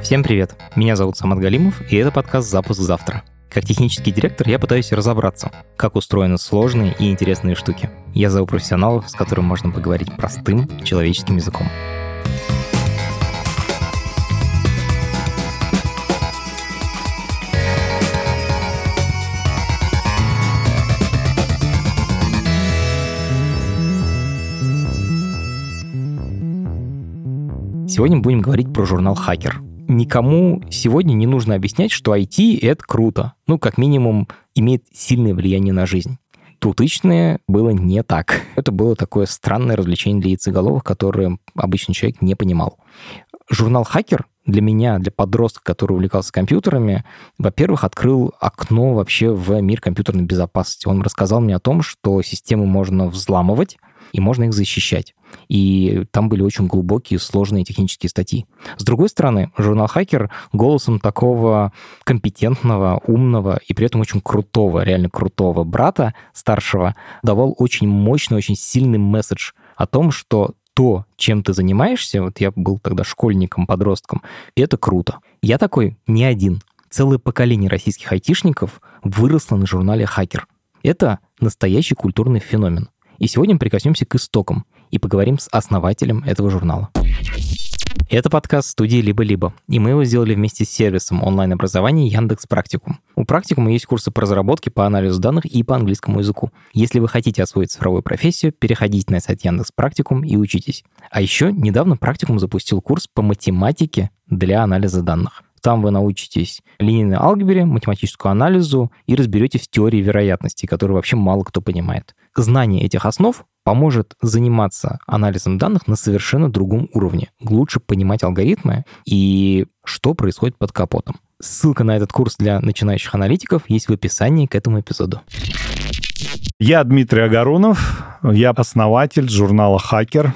Всем привет! Меня зовут Самат Галимов, и это подкаст «Запуск завтра». Как технический директор я пытаюсь разобраться, как устроены сложные и интересные штуки. Я зову профессионалов, с которыми можно поговорить простым человеческим языком. Сегодня будем говорить про журнал «Хакер». Никому сегодня не нужно объяснять, что IT — это круто. Как минимум, имеет сильное влияние на жизнь. Тутычное было не так. Это было такое странное развлечение для яйцеголовых, которое обычный человек не понимал. Журнал «Хакер» для меня, для подростка, который увлекался компьютерами, во-первых, открыл окно вообще в мир компьютерной безопасности. Он рассказал мне о том, что системы можно взламывать, и можно их защищать. И там были очень глубокие, сложные технические статьи. С другой стороны, журнал «Хакер» голосом такого компетентного, умного и при этом очень крутого, реально крутого брата старшего давал очень мощный, очень сильный месседж о том, что то, чем ты занимаешься, я был тогда школьником, подростком, это круто. Я такой не один. Целое поколение российских айтишников выросло на журнале «Хакер». Это настоящий культурный феномен. И сегодня мы прикоснемся к истокам и поговорим с основателем этого журнала. Это подкаст студии «Либо-либо», и мы его сделали вместе с сервисом онлайн-образования Яндекс.Практикум. У Практикума есть курсы по разработке, по анализу данных и по английскому языку. Если вы хотите освоить цифровую профессию, переходите на сайт Яндекс.Практикум и учитесь. А еще недавно Практикум запустил курс по математике для анализа данных. Там вы научитесь линейной алгебре, математическому анализу и разберетесь в теории вероятности, которую вообще мало кто понимает. Знание этих основ поможет заниматься анализом данных на совершенно другом уровне, лучше понимать алгоритмы и что происходит под капотом. Ссылка на этот курс для начинающих аналитиков есть в описании к этому эпизоду. Я Дмитрий Агаронов, я основатель журнала «Хакер»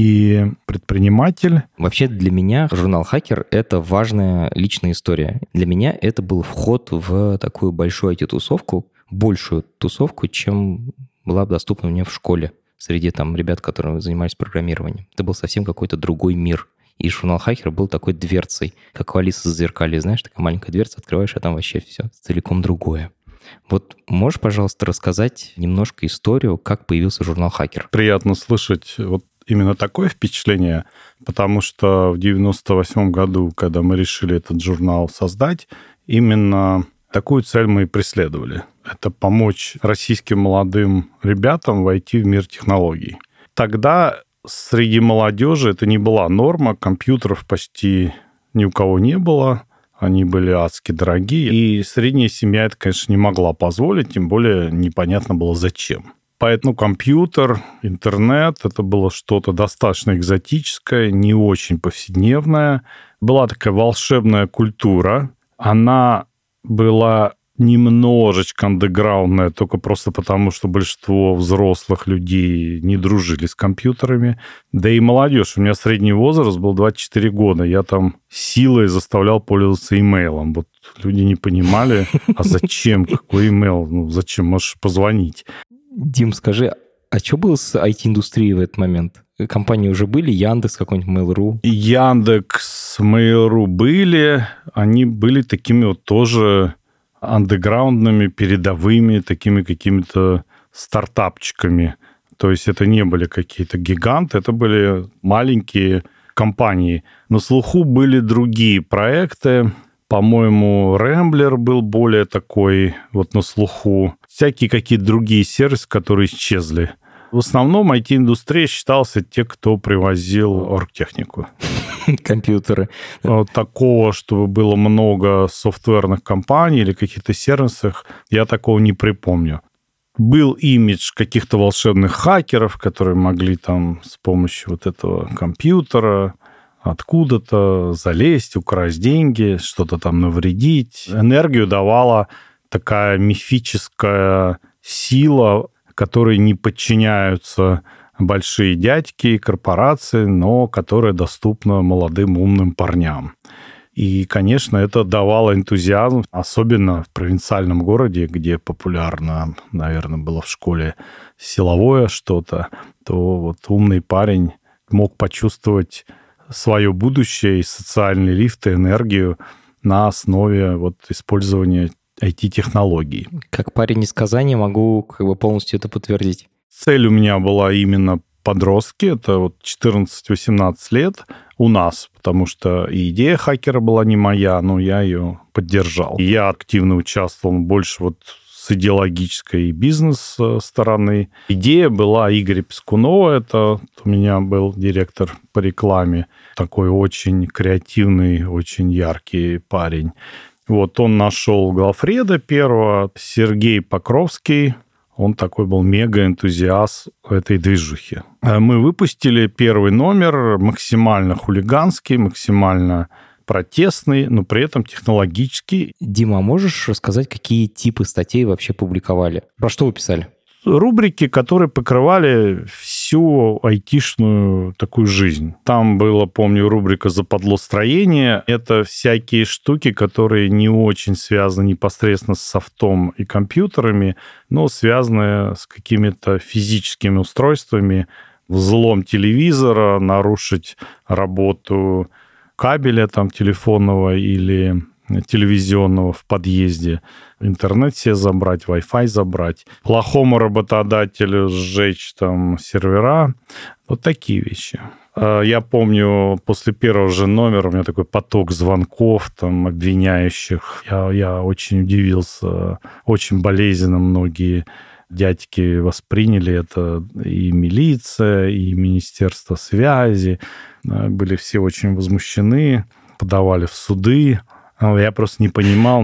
и предприниматель. Вообще для меня журнал «Хакер» — это важная личная история. Для меня это был вход в такую большую IT-тусовку, большую тусовку, чем была доступна мне в школе среди ребят, которые занимались программированием. Это был совсем какой-то другой мир. И журнал «Хакер» был такой дверцей, как у Алисы в зеркале. Знаешь, такая маленькая дверца, открываешь, а там вообще все целиком другое. Можешь, пожалуйста, рассказать немножко историю, как появился журнал «Хакер»? Приятно слышать именно такое впечатление, потому что в 1998 году, когда мы решили этот журнал создать, именно такую цель мы и преследовали. Это помочь российским молодым ребятам войти в мир технологий. Тогда среди молодежи это не была норма, компьютеров почти ни у кого не было, они были адски дорогие, и средняя семья это, конечно, не могла позволить, тем более непонятно было зачем. Поэтому компьютер, интернет — это было что-то достаточно экзотическое, не очень повседневное. Была такая волшебная культура, она была немножечко андеграундная, только просто потому, что большинство взрослых людей не дружили с компьютерами. Да и молодежь. У меня средний возраст был 24 года. Я там силой заставлял пользоваться имейлом. Люди не понимали, а зачем? Какой имейл? Зачем? Можешь позвонить. Дим, скажи, а что было с IT-индустрией в этот момент? Компании уже были? Яндекс какой-нибудь, Mail.ru? Яндекс, Mail.ru были. Они были такими тоже андеграундными, передовыми, такими какими-то стартапчиками. То есть это не были какие-то гиганты, это были маленькие компании. На слуху были другие проекты. По-моему, Rambler был более такой на слуху. Всякие какие-то другие сервисы, которые исчезли. В основном IT-индустрия считался те, кто привозил оргтехнику. Компьютеры. Такого, чтобы было много софтверных компаний или каких-то сервисов, я такого не припомню. Был имидж каких-то волшебных хакеров, которые могли с помощью этого компьютера откуда-то залезть, украсть деньги, что-то навредить. Энергию давала такая мифическая сила, которой не подчиняются большие дядьки, корпорации, но которая доступна молодым умным парням. И, конечно, это давало энтузиазм, особенно в провинциальном городе, где популярно, наверное, было в школе силовое что-то, то умный парень мог почувствовать свое будущее и социальный лифт, и энергию на основе вот использования IT-технологий. Как парень из Казани могу полностью это подтвердить. Цель у меня была именно подростки, это вот 14-18 лет у нас, потому что и идея хакера была не моя, но я ее поддержал. И я активно участвовал больше вот с идеологической и бизнес-стороны. Идея была Игоря Пискунова, это у меня был директор по рекламе, такой очень креативный, очень яркий парень. Вот он нашел главреда первого, Сергей Покровский. Он такой был мега-энтузиаст этой движухи. Мы выпустили первый номер, максимально хулиганский, максимально протестный, но при этом технологический. Дима, можешь рассказать, какие типы статей вообще публиковали? Про что вы писали? Рубрики, которые покрывали всю айтишную такую жизнь. Там была, помню, рубрика «Западлостроение». Это всякие штуки, которые не очень связаны непосредственно с софтом и компьютерами, но связаны с какими-то физическими устройствами. Взлом телевизора, нарушить работу кабеля там, телефонного или телевизионного в подъезде, интернет себе забрать, Wi-Fi забрать, плохому работодателю сжечь там сервера. Вот такие вещи. Я помню, после первого же номера у меня такой поток звонков там обвиняющих. Я очень удивился. Очень болезненно многие дядьки восприняли это. И милиция, и Министерство связи. Были все очень возмущены, подавали в суды. Я просто не понимал,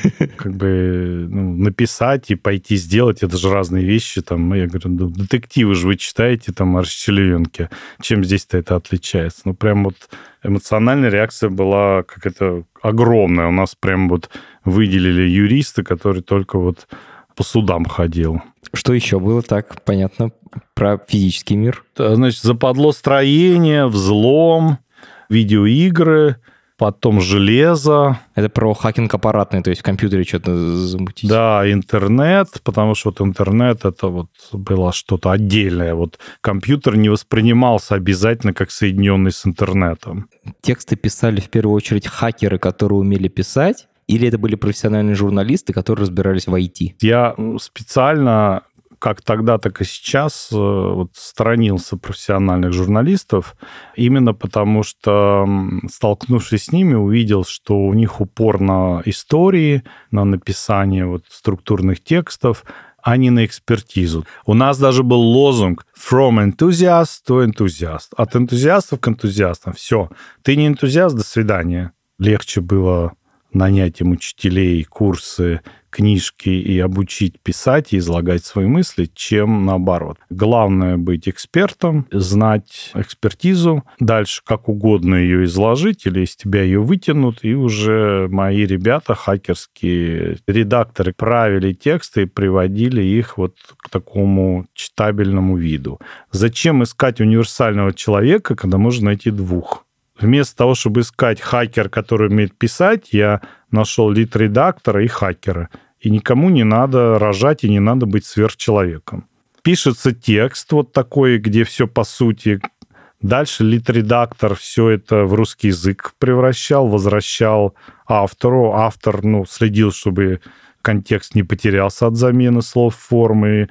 написать и пойти сделать, это же разные вещи. Там, я говорю, детективы же вы читаете там о расчлененке. Чем здесь-то это отличается? Прям вот эмоциональная реакция была какая-то огромная. У нас прям вот выделили юриста, который только вот по судам ходил. Что еще было так понятно про физический мир? Значит, западлостроение, взлом, видеоигры, потом железо. Это про хакинг аппаратный, то есть в компьютере что-то замутить. Да, интернет, потому что вот интернет это вот было что-то отдельное. Вот компьютер не воспринимался обязательно как соединенный с интернетом. Тексты писали в первую очередь хакеры, которые умели писать, или это были профессиональные журналисты, которые разбирались в IT? Я специально, как тогда, так и сейчас, вот, сторонился профессиональных журналистов, именно потому что, столкнувшись с ними, увидел, что у них упор на истории, на написание вот, структурных текстов, а не на экспертизу. У нас даже был лозунг «From enthusiast to enthusiast». От энтузиастов к энтузиастам. Все. Ты не энтузиаст, до свидания. Легче было нанять им учителей, курсы, книжки и обучить писать и излагать свои мысли, чем наоборот. Главное быть экспертом, знать экспертизу, дальше как угодно ее изложить или из тебя ее вытянут, и уже мои ребята, хакерские редакторы, правили тексты и приводили их вот к такому читабельному виду. Зачем искать универсального человека, когда можно найти двух? Вместо того, чтобы искать хакера, который умеет писать, я нашел лид-редактора и хакера. И никому не надо рожать, и не надо быть сверхчеловеком. Пишется текст вот такой, где все по сути. Дальше лид-редактор все это в русский язык превращал, возвращал автору. Автор следил, чтобы контекст не потерялся от замены слов, формы.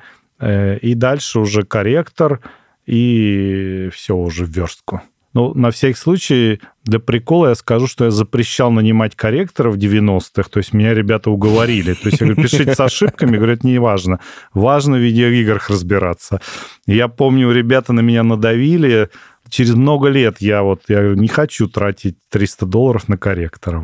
И дальше уже корректор, и все уже в верстку. На всякий случай, для прикола я скажу, что я запрещал нанимать корректоров в 90-х, то есть меня ребята уговорили. То есть я говорю, пишите с ошибками, говорят, не важно. Важно в видеоиграх разбираться. Я помню, ребята на меня надавили. Через много лет я говорю, не хочу тратить $300 на корректора.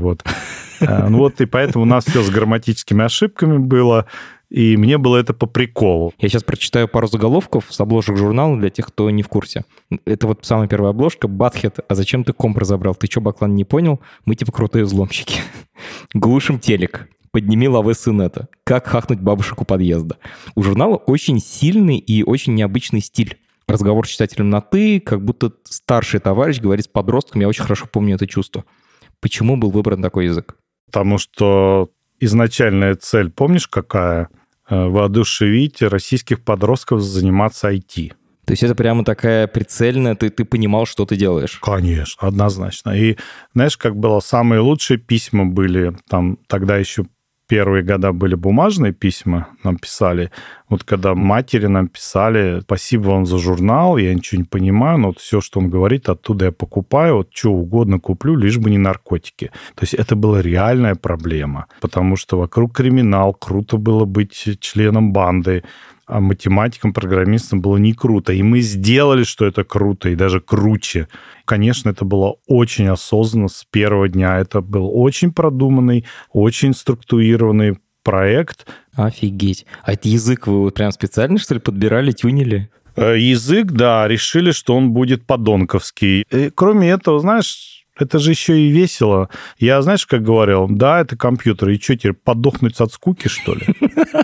И поэтому у нас все с грамматическими ошибками было. И мне было это по приколу. Я сейчас прочитаю пару заголовков с обложек журнала для тех, кто не в курсе. Это вот самая первая обложка. Батхед, а зачем ты комп разобрал? Ты что, Баклан, не понял? Мы типа крутые взломщики. Глушим телек. Подними лавы с инета. Как хакнуть бабушек у подъезда. У журнала очень сильный и очень необычный стиль. Разговор с читателем на «ты», как будто старший товарищ говорит с подростком. Я очень хорошо помню это чувство. Почему был выбран такой язык? Потому что изначальная цель, помнишь, какая? Воодушевить российских подростков заниматься IT. То есть это прямо такая прицельная, ты понимал, что ты делаешь? Конечно, однозначно. И знаешь, как было, самые лучшие письма были, там тогда еще первые года были бумажные письма, нам писали. Вот когда матери нам писали: спасибо вам за журнал, я ничего не понимаю, но вот все, что он говорит, оттуда я покупаю, вот что угодно куплю, лишь бы не наркотики. То есть это была реальная проблема, потому что вокруг криминал, круто было быть членом банды, а математикам, программистам было не круто. И мы сделали, что это круто, и даже круче. Конечно, это было очень осознанно с первого дня. Это был очень продуманный, очень структурированный проект. Офигеть. А это язык вы вот прям специально, что ли, подбирали, тюнили? Язык, да, решили, что он будет подонковский. И, кроме этого, знаешь, это же еще и весело. Я, знаешь, как говорил, да, это компьютер, и что, теперь подохнуть от скуки, что ли?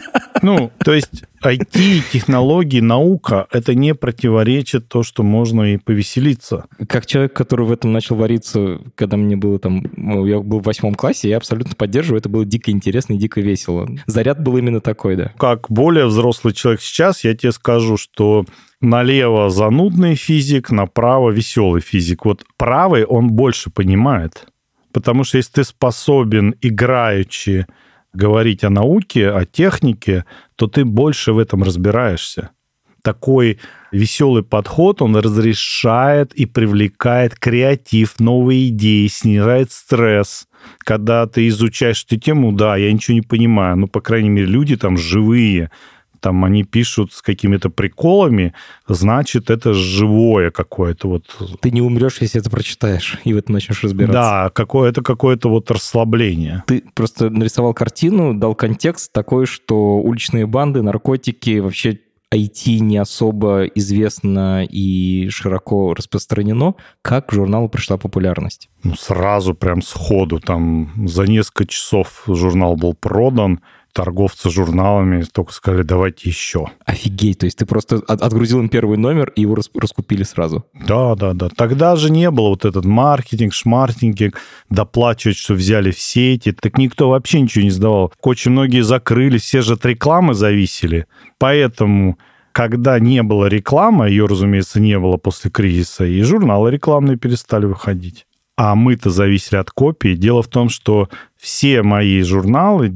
Ну, то есть IT, технологии, наука, это не противоречит то, что можно и повеселиться. Как человек, который в этом начал вариться, когда мне было там... Я был в 8 классе, я абсолютно поддерживаю, это было дико интересно и дико весело. Заряд был именно такой, да. Как более взрослый человек сейчас, я тебе скажу, что налево занудный физик, направо веселый физик. Вот правый он больше понимает. Потому что если ты способен, играючи, говорить о науке, о технике, то ты больше в этом разбираешься. Такой веселый подход, он разрешает и привлекает креатив, новые идеи, снижает стресс. Когда ты изучаешь эту тему, да, я ничего не понимаю, но, по крайней мере, люди там живые, там они пишут с какими-то приколами, значит, это живое какое-то вот. Ты не умрешь, если это прочитаешь, и в этом начнешь разбираться. Да, какое-то вот расслабление. Ты просто нарисовал картину, дал контекст такой, что уличные банды, наркотики, вообще IT не особо известно и широко распространено. Как журналу пришла популярность? Ну, сразу прям сходу, там за несколько часов журнал был продан, торговцы журналами только сказали, давайте еще. Офигеть, то есть ты просто отгрузил им первый номер, и его раскупили сразу. Да. Тогда же не было вот этот маркетинг, шмартинг, доплачивать, что взяли в сети. Так никто вообще ничего не сдавал. Очень многие закрылись, все же от рекламы зависели. Поэтому, когда не было рекламы, ее, разумеется, не было после кризиса, и журналы рекламные перестали выходить. А мы-то зависели от копий. Дело в том, что все мои журналы,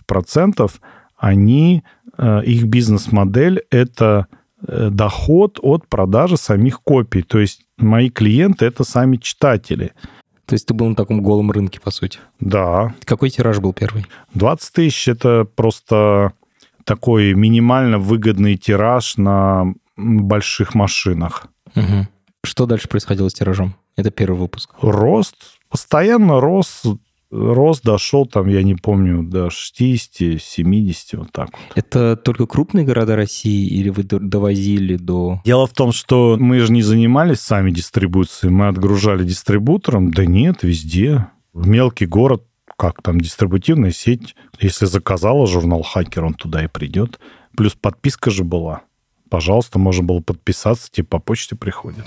90%, их бизнес-модель – это доход от продажи самих копий. То есть мои клиенты – это сами читатели. То есть ты был на таком голом рынке, по сути? Да. Какой тираж был первый? 20 тысяч – это просто такой минимально выгодный тираж на больших машинах. Угу. Что дальше происходило с тиражом? Это первый выпуск. Рост. Постоянно рос. Рост дошел, там, я не помню, до 60, 70, вот так вот. Это только крупные города России или вы довозили до... Дело в том, что мы же не занимались сами дистрибуцией, мы отгружали дистрибутором. Да нет, везде. В мелкий город, как там, дистрибутивная сеть. Если заказала журнал «Хакер», он туда и придет. Плюс подписка же была. Пожалуйста, можно было подписаться, тебе по почте приходит.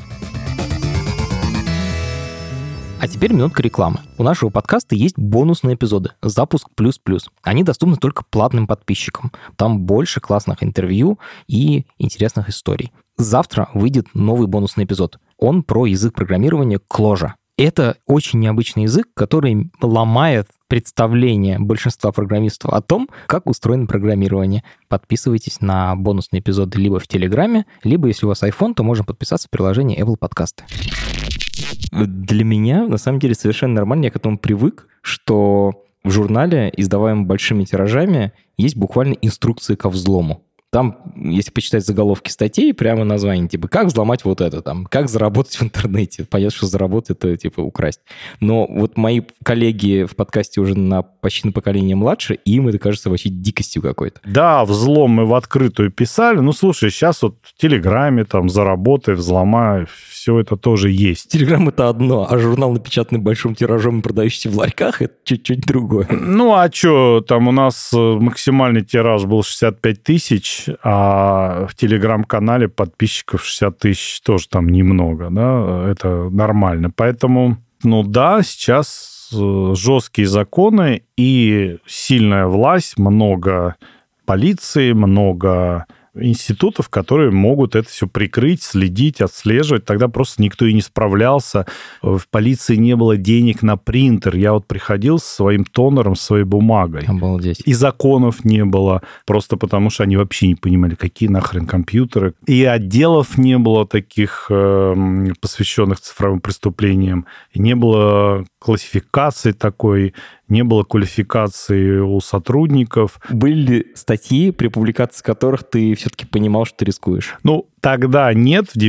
А теперь минутка рекламы. У нашего подкаста есть бонусные эпизоды «Запуск плюс-плюс». Они доступны только платным подписчикам. Там больше классных интервью и интересных историй. Завтра выйдет новый бонусный эпизод. Он про язык программирования Clojure. Это очень необычный язык, который ломает представление большинства программистов о том, как устроено программирование. Подписывайтесь на бонусные эпизоды либо в Телеграме, либо, если у вас iPhone, то можно подписаться в приложении Apple Подкасты. Для меня, на самом деле, совершенно нормально. Я к этому привык, что в журнале, издаваемом большими тиражами, есть буквально инструкции ко взлому. Там, если почитать заголовки статей, прямо название, типа, как взломать вот это, там, как заработать в интернете. Понятно, что заработать — это, типа, украсть. Но вот мои коллеги в подкасте уже почти на поколение младше, им это кажется вообще дикостью какой-то. Да, взлом мы в открытую писали. Ну, слушай, сейчас вот в Телеграме, там, заработай, взломай, все это тоже есть. Телеграм — это одно, а журнал, напечатанный большим тиражом и продающийся в ларьках, это чуть-чуть другое. Ну, а что, там у нас максимальный тираж был 65 тысяч, а в Телеграм-канале подписчиков 60 тысяч тоже там немного, да, это нормально. Поэтому, ну да, сейчас жесткие законы и сильная власть, много полиции, много институтов, которые могут это все прикрыть, следить, отслеживать. Тогда просто никто и не справлялся. В полиции не было денег на принтер. Я вот приходил со своим тонером, с своей бумагой. Обалдеть. И законов не было, просто потому что они вообще не понимали, какие нахрен компьютеры. И отделов не было таких, посвященных цифровым преступлениям. И не было классификации такой, не было квалификации у сотрудников. Были ли статьи, при публикации которых ты все-таки понимал, что ты рискуешь? Ну, тогда нет, в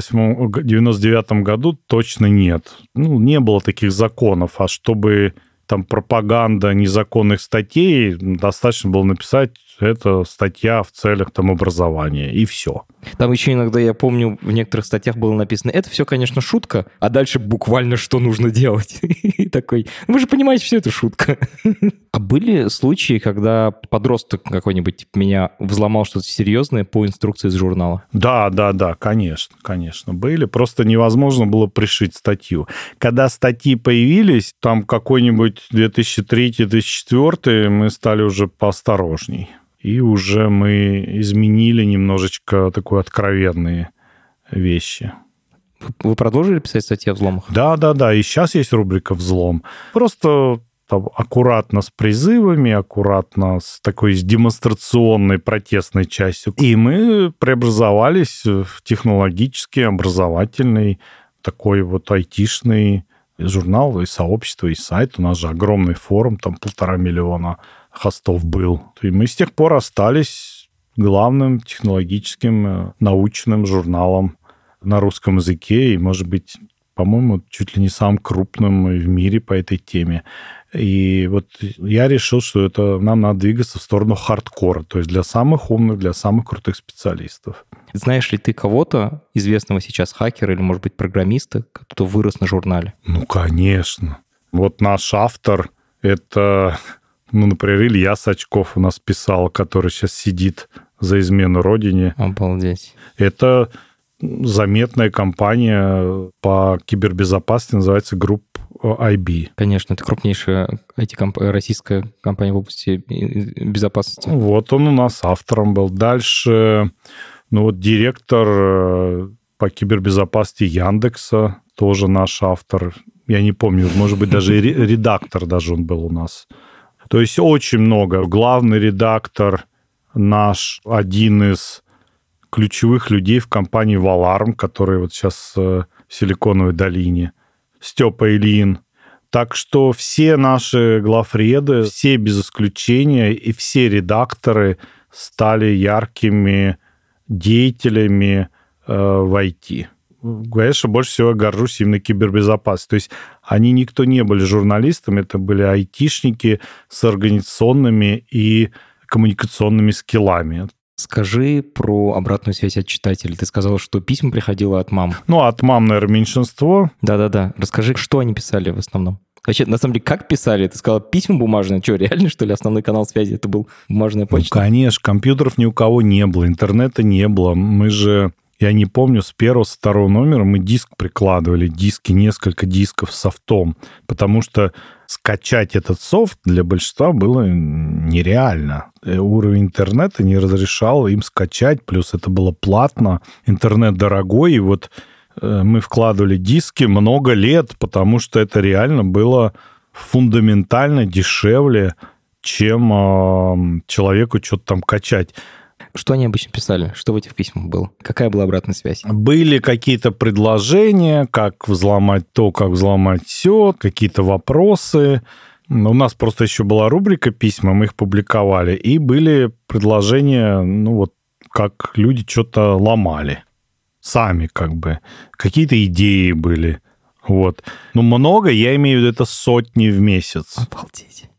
99-м году точно нет. Ну, не было таких законов, а чтобы там пропаганда незаконных статей, достаточно было написать, это статья в целях там образования, и все. Там еще иногда, я помню, в некоторых статьях было написано, это все, конечно, шутка, а дальше буквально что нужно делать. И такой, вы же понимаете, все это шутка. А были случаи, когда подросток какой-нибудь типа меня взломал что-то серьезное по инструкции из журнала? Да, конечно, были. Просто невозможно было пришить статью. Когда статьи появились, там какой-нибудь 2003-2004, мы стали уже поосторожней. И уже мы изменили немножечко такие откровенные вещи. Вы продолжили писать статьи о взломах? Да. И сейчас есть рубрика «Взлом». Просто там, аккуратно с призывами, аккуратно с такой демонстрационной протестной частью. И мы преобразовались в технологический, образовательный, такой вот айтишный журнал, и сообщество, и сайт. У нас же огромный форум, там 1,5 миллиона хостов был. И мы с тех пор остались главным технологическим научным журналом на русском языке, и, может быть, по-моему, чуть ли не самым крупным в мире по этой теме. И вот я решил, что это нам надо двигаться в сторону хардкора, то есть для самых умных, для самых крутых специалистов. Знаешь ли ты кого-то, известного сейчас хакера или, может быть, программиста, кто вырос на журнале? Ну, конечно. Вот наш автор, это, например, Илья Сачков у нас писал, который сейчас сидит за измену родине. Обалдеть. Это заметная компания по кибербезопасности, называется Group IB. Конечно, это крупнейшая российская компания в области безопасности. Вот он у нас автором был. Дальше, директор по кибербезопасности Яндекса, тоже наш автор. Я не помню, может быть, даже редактор даже он был у нас. То есть очень много. Главный редактор наш, один из ключевых людей в компании Valarm, который вот сейчас в Силиконовой долине, Степа Ильин. Так что все наши главреды, все без исключения, и все редакторы стали яркими деятелями в IT. Конечно, больше всего я горжусь именно кибербезопасностью. То есть они никто не были журналистами, это были айтишники с организационными и коммуникационными скиллами. Скажи про обратную связь от читателей. Ты сказал, что письма приходило от мам. От мам, наверное, меньшинство. Да. Расскажи, что они писали в основном? Вообще, на самом деле, как писали? Ты сказал, письма бумажные. Что, реально, что ли, основной канал связи это был бумажная почта? Конечно, компьютеров ни у кого не было, интернета не было. Мы же, я не помню, с первого, с второго номера мы диск прикладывали, несколько дисков с софтом, потому что скачать этот софт для большинства было нереально. Уровень интернета не разрешал им скачать, плюс это было платно, интернет дорогой, и вот мы вкладывали диски много лет, потому что это реально было фундаментально дешевле, чем человеку что-то там качать. Что они обычно писали? Что в этих письмах было? Какая была обратная связь? Были какие-то предложения, как взломать то, как взломать все, какие-то вопросы. У нас просто еще была рубрика «Письма», мы их публиковали, и были предложения, как люди что-то ломали. Сами Какие-то идеи были. Вот. Много, я имею в виду, это сотни в месяц. Обалдеть.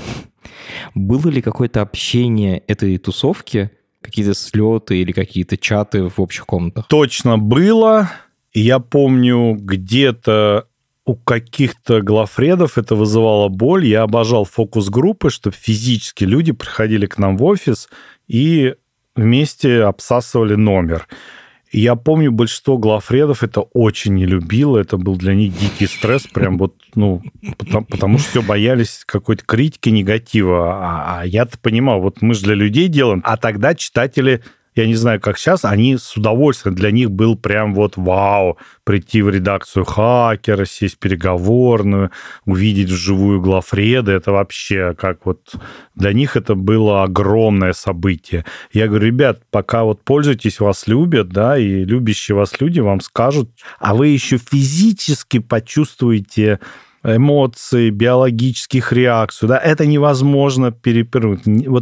Было ли какое-то общение этой тусовки, какие-то слеты или какие-то чаты в общих комнатах? Точно было. Я помню, где-то у каких-то главредов это вызывало боль. Я обожал фокус-группы, чтобы физически люди приходили к нам в офис и вместе обсасывали номер. И я помню, большинство главредов это очень не любило. Это был для них дикий стресс. Прям потому что все боялись какой-то критики, негатива. А я-то понимал, мы же для людей делаем. А тогда читатели я не знаю, как сейчас, они с удовольствием, для них был прям вот вау, прийти в редакцию Хакера, сесть в переговорную, увидеть вживую главреда, это вообще как вот... Для них это было огромное событие. Я говорю, ребят, пока вот пользуйтесь, вас любят, да, и любящие вас люди вам скажут, а вы еще физически почувствуете эмоций, биологических реакций, да, это невозможно перепрыгнуть.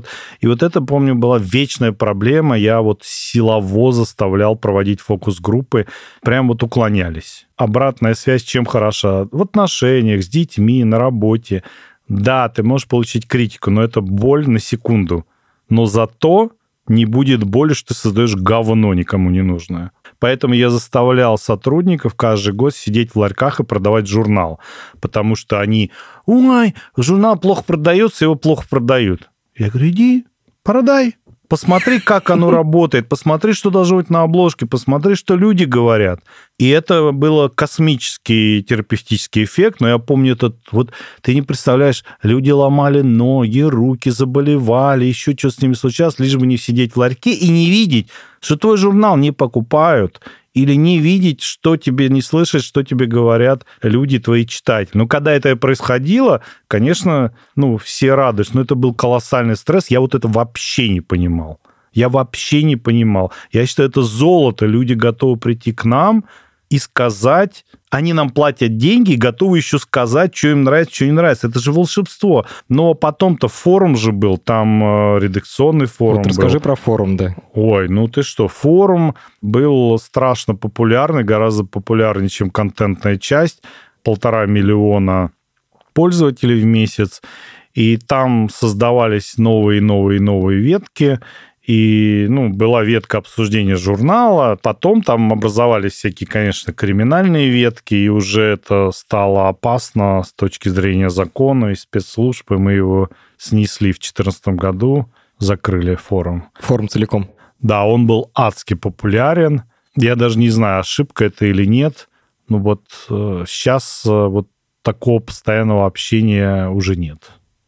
И вот это, помню, была вечная проблема. Я вот силово заставлял проводить фокус-группы, прям вот уклонялись. Обратная связь чем хороша? В отношениях, с детьми, на работе. Да, ты можешь получить критику, но это боль на секунду. Но зато не будет боли, что ты создаешь говно никому не нужное. Поэтому я заставлял сотрудников каждый год сидеть в ларьках и продавать журнал. Потому что они, ой, журнал плохо продается, его плохо продают. Я говорю, иди, продай. Посмотри, как оно работает, посмотри, что должно быть на обложке, посмотри, что люди говорят. И это было космический терапевтический эффект, но я помню этот, вот ты не представляешь, люди ломали ноги, руки заболевали, еще что с ними случалось, лишь бы не сидеть в ларьке и не видеть, что твой журнал не покупают, или не видеть, что тебе не слышать, что тебе говорят люди, твои читатели. Но когда это происходило, конечно, все радуются, но это был колоссальный стресс, я вот это вообще не понимал. Я вообще не понимал. Я считаю, это золото. Люди готовы прийти к нам и сказать, они нам платят деньги и готовы еще сказать, что им нравится, что не нравится. Это же волшебство. Но потом-то форум же был, там редакционный форум вот расскажи про форум, да. Ой, ты что, форум был страшно популярный, гораздо популярнее, чем контентная часть. 1,5 миллиона пользователей в месяц. И там создавались новые ветки. И, была ветка обсуждения журнала, потом там образовались всякие, конечно, криминальные ветки, и уже это стало опасно с точки зрения закона и спецслужб, и мы его снесли в 2014 году, закрыли форум. Форум целиком? Да, он был адски популярен. Я даже не знаю, ошибка это или нет, но вот сейчас вот такого постоянного общения уже нет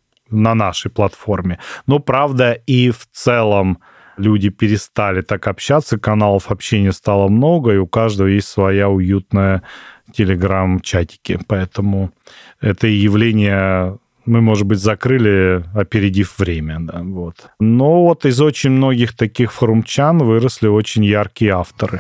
на нашей платформе. Но, правда, и в целом люди перестали так общаться, каналов общения стало много, и у каждого есть своя уютная телеграм-чатики. Поэтому это явление мы, может быть, закрыли, опередив время. Да, вот. Но вот из очень многих таких форумчан выросли очень яркие авторы.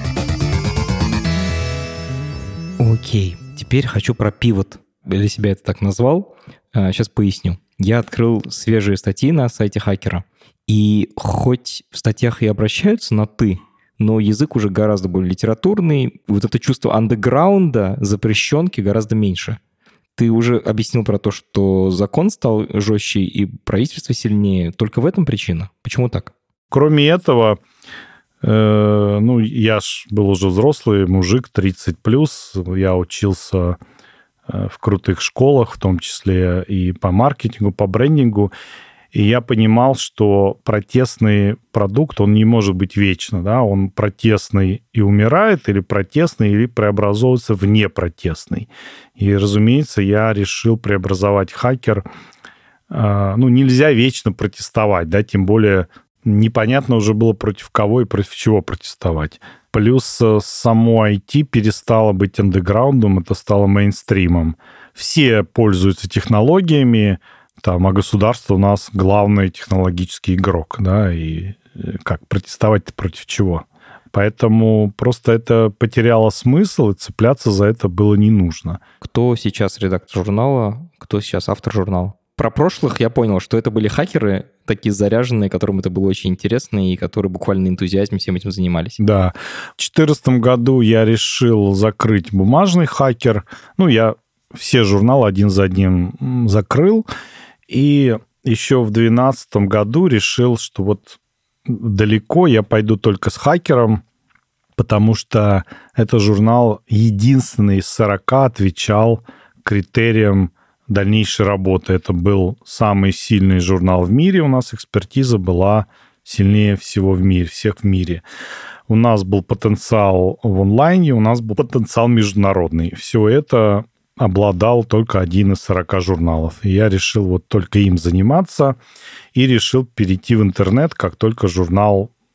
Окей. Теперь хочу про пивот. Для себя это так назвал. Сейчас поясню. Я открыл свежие статьи на сайте Хакера, и хоть в статьях и обращаются на «ты», но язык уже гораздо более литературный, вот это чувство андеграунда, запрещенки гораздо меньше. Ты уже объяснил про то, что закон стал жестче и правительство сильнее. Только в этом причина? Почему так? Кроме этого, я ж был уже взрослый мужик, 30+, я учился в крутых школах, в том числе и по маркетингу, по брендингу, и я понимал, что протестный продукт, он не может быть вечно, да, он протестный и умирает, или протестный, или преобразовывается в непротестный. И, разумеется, я решил преобразовать Хакер. Нельзя вечно протестовать, да, тем более непонятно уже было против кого и против чего протестовать. Плюс само IT перестало быть андеграундом, это стало мейнстримом. Все пользуются технологиями, а государство у нас главный технологический игрок, да, и как протестовать-то против чего? Поэтому просто это потеряло смысл, и цепляться за это было не нужно. Кто сейчас редактор журнала, кто сейчас автор журнала? Про прошлых я понял, что это были хакеры, такие заряженные, которым это было очень интересно, и которые буквально на энтузиазме всем этим занимались. Да. В 2014 году я решил закрыть бумажный Хакер. Я все журналы один за одним закрыл. И еще в 2012 году решил, что вот далеко я пойду только с Хакером, потому что этот журнал единственный из 40 отвечал критериям дальнейшей работы. Это был самый сильный журнал в мире. У нас экспертиза была сильнее всего в мире, всех в мире. У нас был потенциал в онлайне, у нас был потенциал международный. Все это обладал только один из 40 журналов. И я решил вот только им заниматься и решил перейти в интернет, как только журнал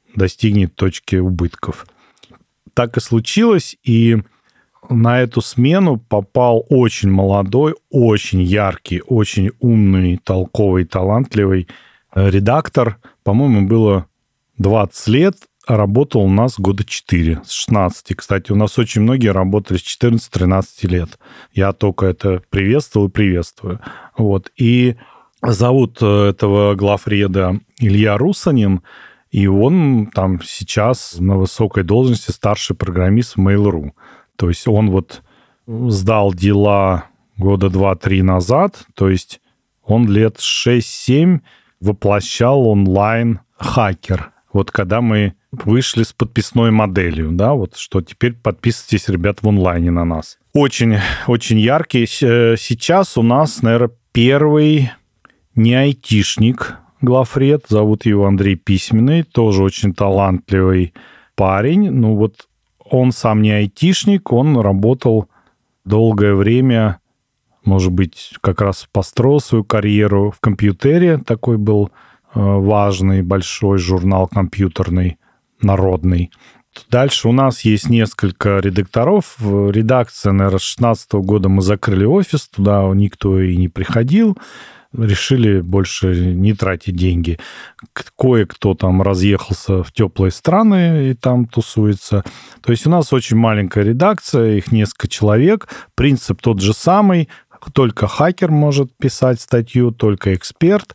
достигнет точки убытков. Так и случилось, и на эту смену попал очень молодой, очень яркий, очень умный, толковый, талантливый редактор. По-моему, было 20 лет, а работал у нас года 4, с 16. Кстати, у нас очень многие работали с 14-13 лет. Я только это приветствовал и приветствую. Вот. И зовут этого главреда Илья Русанин, и он там сейчас на высокой должности старший программист в Mail.ru. То есть он вот сдал дела года 2-3 назад, то есть он лет 6-7 воплощал онлайн-хакер. Вот когда мы вышли с подписной моделью, да, вот что теперь подписывайтесь, ребят, в онлайне на нас. Очень, очень яркий. Сейчас у нас, наверное, первый не айтишник главред, зовут его Андрей Письменный, тоже очень талантливый парень. Ну вот он сам не айтишник, он работал долгое время, может быть, как раз построил свою карьеру в Компьютере. Такой был важный, большой журнал компьютерный, народный. Дальше у нас есть несколько редакторов. Редакция, наверное, с 2016 года мы закрыли офис, туда никто и не приходил. Решили больше не тратить деньги. Кое-кто там разъехался в теплые страны и там тусуется. То есть у нас очень маленькая редакция, их несколько человек. Принцип тот же самый. Только хакер может писать статью, только эксперт.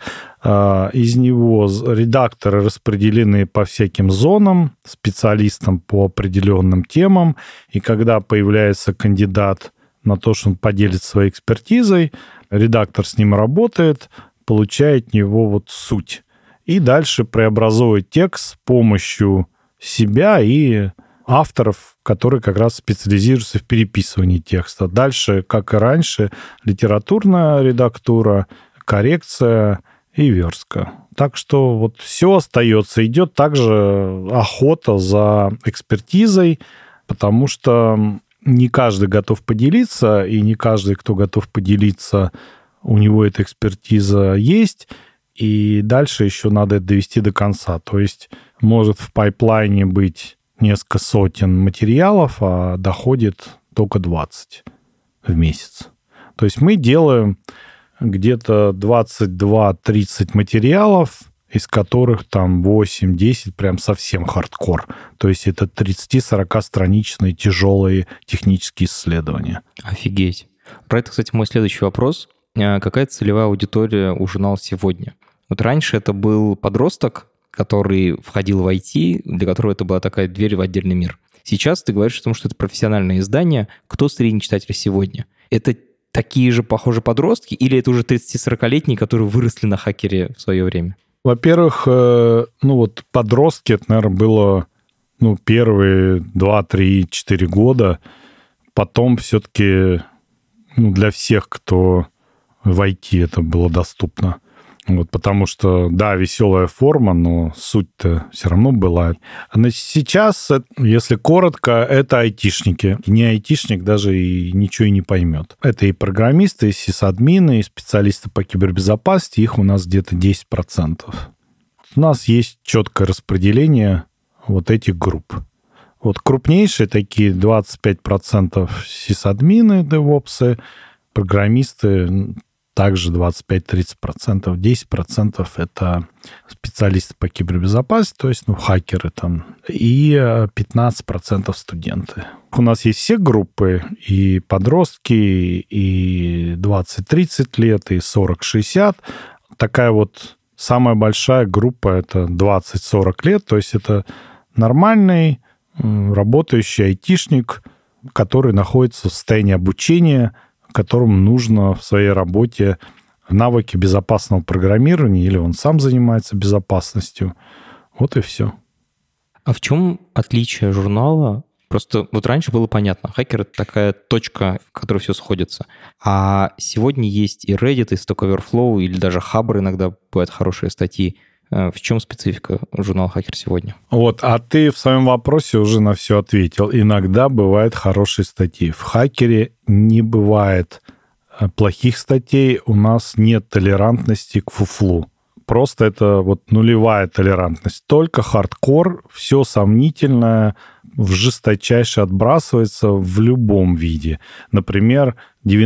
Из него редакторы распределены по всяким зонам, специалистам по определенным темам. И когда появляется кандидат на то, что он поделится своей экспертизой, редактор с ним работает, получает от него вот суть. И дальше преобразует текст с помощью себя и авторов, которые как раз специализируются в переписывании текста. Дальше, как и раньше, литературная редактура, коррекция и верстка. Так что вот все остается. Идет также охота за экспертизой, потому что не каждый готов поделиться, и не каждый, кто готов поделиться, у него эта экспертиза есть, и дальше еще надо это довести до конца. То есть может в пайплайне быть несколько сотен материалов, а доходит только 20 в месяц. То есть мы делаем где-то 22-30 материалов, из которых там 8-10 прям совсем хардкор. То есть это 30-40-страничные тяжелые технические исследования. Офигеть. Про это, кстати, мой следующий вопрос. Какая целевая аудитория у журнала «Сегодня»? Вот раньше это был подросток, который входил в IT, для которого это была такая дверь в отдельный мир. Сейчас ты говоришь о том, что это профессиональное издание. Кто средний читатель сегодня? Это такие же, похоже, подростки, или это уже 30-40-летние, которые выросли на хакере в свое время? Во-первых, подростки, это, наверное, было первые 2, 3, 4 года. Потом все-таки для всех, кто в IT, это было доступно. Вот, потому что, да, веселая форма, но суть-то все равно была. А сейчас, если коротко, это айтишники. Не айтишник даже и ничего и не поймет. Это и программисты, и сисадмины, и специалисты по кибербезопасности. Их у нас где-то 10%. У нас есть четкое распределение вот этих групп. Вот крупнейшие такие 25% сисадмины, девопсы, программисты также 25-30%, 10% это специалисты по кибербезопасности, то есть хакеры там, и 15% студенты. У нас есть все группы, и подростки, и 20-30 лет, и 40-60. Такая вот самая большая группа — это 20-40 лет, то есть это нормальный работающий айтишник, который находится в состоянии обучения, которому нужно в своей работе навыки безопасного программирования, или он сам занимается безопасностью. Вот и все. А в чем отличие журнала? Просто вот раньше было понятно, хакер — это такая точка, в которой все сходится. А сегодня есть и Reddit, и Stack Overflow, или даже Хабр иногда бывают хорошие статьи. В чем специфика журнала «Хакер сегодня»? Вот, а ты в своем вопросе уже на все ответил. Иногда бывают хорошие статьи. В «Хакере» не бывает плохих статей. У нас нет толерантности к фуфлу. просто это вот нулевая толерантность. Только хардкор, все сомнительное, в жесточайше отбрасывается в любом виде. Например,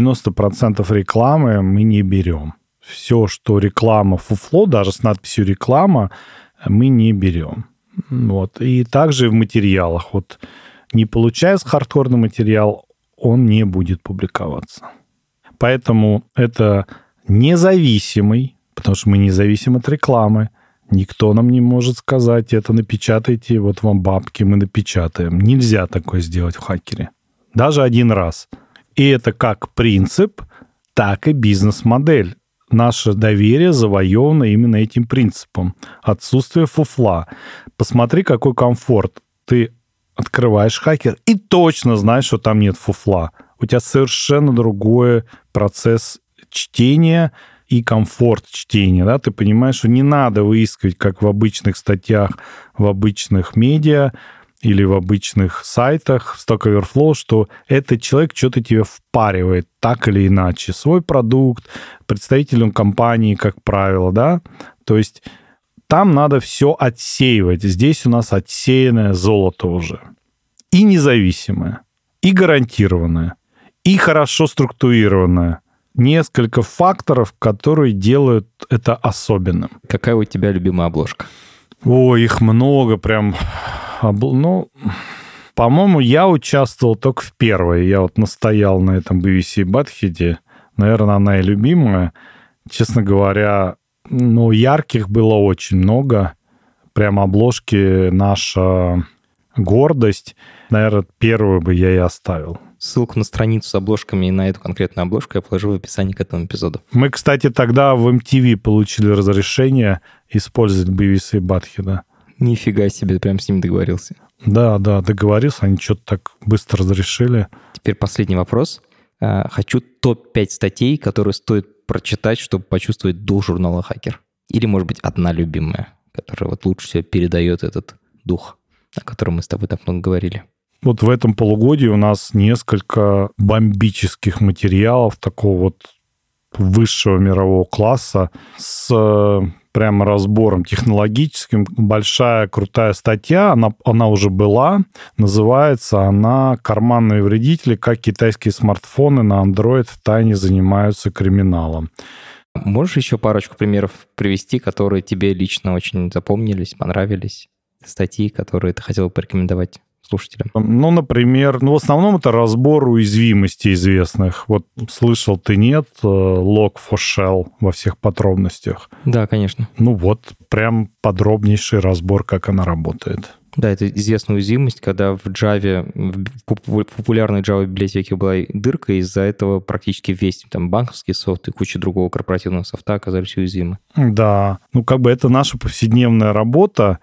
90% рекламы мы не берем. Все, что реклама фуфло, даже с надписью «реклама», мы не берем. Вот. И также в материалах. Вот не получается хардкорный материал, он не будет публиковаться. Поэтому это независимый, потому что мы независим от рекламы. Никто нам не может сказать, это напечатайте, вот вам бабки, мы напечатаем. Нельзя такое сделать в хакере. Даже один раз. И это как принцип, так и бизнес-модель. Наше доверие завоевано именно этим принципом. Отсутствие фуфла. Посмотри, какой комфорт. Ты открываешь хакер и точно знаешь, что там нет фуфла. У тебя совершенно другой процесс чтения и комфорт чтения. Да? Ты понимаешь, что не надо выискивать, как в обычных статьях, в обычных медиа или в обычных сайтах, в Stack Overflow, что этот человек что-то тебе впаривает так или иначе. Свой продукт, представителем компании, как правило, да? То есть там надо все отсеивать. Здесь у нас отсеянное золото уже. И независимое, и гарантированное, и хорошо структурированное. Несколько факторов, которые делают это особенным. Какая у тебя любимая обложка? Ой, их много прям. Ну, по-моему, я участвовал только в первой. Я вот настоял на этом BBC Butthead. Наверное, она и любимая. Честно говоря, ну, ярких было очень много. Прям обложки наша гордость. Наверное, первую бы я и оставил. Ссылку на страницу с обложками и на эту конкретную обложку я положу в описании к этому эпизоду. Мы, кстати, тогда в MTV получили разрешение использовать BBC Butthead. Нифига себе, прям с ними договорился. Да, договорился, они что-то так быстро разрешили. Теперь последний вопрос. Хочу топ-5 статей, которые стоит прочитать, чтобы почувствовать дух журнала «Хакер». Или, может быть, одна любимая, которая вот лучше всего передает этот дух, о котором мы с тобой так много говорили. Вот в этом полугодии у нас несколько бомбических материалов такого вот высшего мирового класса с прямо разбором технологическим. Большая крутая статья, она уже была, называется она «Карманные вредители. Как китайские смартфоны на Android втайне занимаются криминалом». Можешь еще парочку примеров привести, которые тебе лично очень запомнились, понравились? Статьи, которые ты хотел порекомендовать слушателям? Ну, например, в основном это разбор уязвимостей известных. Вот слышал ты, нет, Log4Shell во всех подробностях. Да, конечно. Ну вот, прям подробнейший разбор, как она работает. Да, это известная уязвимость, когда в Java, в популярной Java библиотеке была дырка, и из-за этого практически весь там банковский софт и куча другого корпоративного софта оказались уязвимы. Да, ну как бы это наша повседневная работа,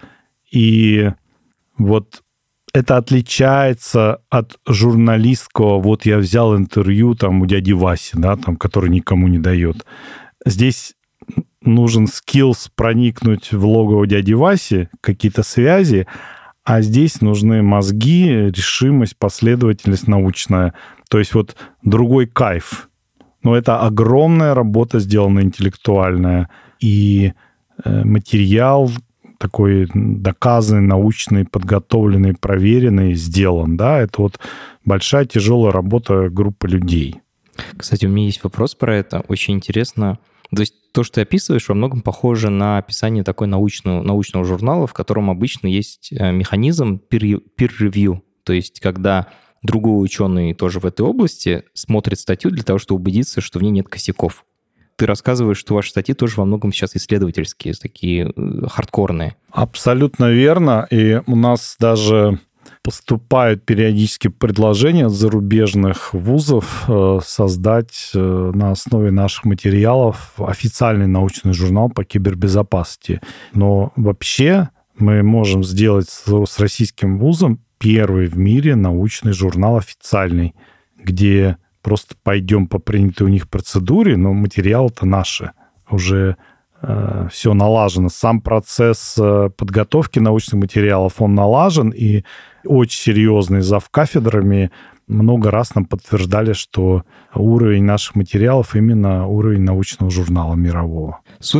и вот это отличается от журналистского, вот я взял интервью там у дяди Васи, да, там, который никому не дает. Здесь нужен скиллс проникнуть в логово дяди Васи, какие-то связи, а здесь нужны мозги, решимость, последовательность научная. То есть вот другой кайф. Но это огромная работа сделана интеллектуальная, и материал такой доказанный, научный, подготовленный, проверенный, сделан, да, это вот большая тяжелая работа группы людей. Кстати, у меня есть вопрос про это, очень интересно. То есть то, что ты описываешь, во многом похоже на описание такой научного журнала, в котором обычно есть механизм peer review, то есть когда другой ученый тоже в этой области смотрит статью для того, чтобы убедиться, что в ней нет косяков. Ты рассказываешь, что ваши статьи тоже во многом сейчас исследовательские, такие хардкорные. Абсолютно верно. И у нас даже поступают периодически предложения от зарубежных вузов создать на основе наших материалов официальный научный журнал по кибербезопасности. Но вообще мы можем сделать с российским вузом первый в мире научный журнал официальный, где просто пойдем по принятой у них процедуре, но материалы-то наши. Уже все налажено. Сам процесс подготовки научных материалов, он налажен, и очень серьезные завкафедрами много раз нам подтверждали, что уровень наших материалов именно уровень научного журнала мирового. Супер.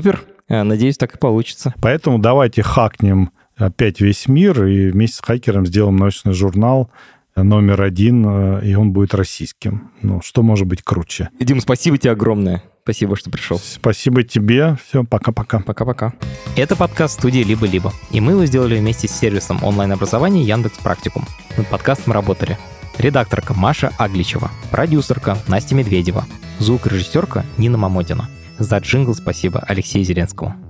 Надеюсь, так и получится. Поэтому давайте хакнем опять весь мир и вместе с хакером сделаем научный журнал номер 1, и он будет российским. Ну, что может быть круче? Дим, спасибо тебе огромное. Спасибо, что пришел. Спасибо тебе. Все, пока-пока. Пока-пока. Это подкаст студии «Либо-либо». И мы его сделали вместе с сервисом онлайн-образования Яндекс.Практикум. Над подкастом работали редакторка Маша Агличева, продюсерка Настя Медведева, звукорежиссерка Нина Мамодина. За джингл спасибо Алексею Зеленскому.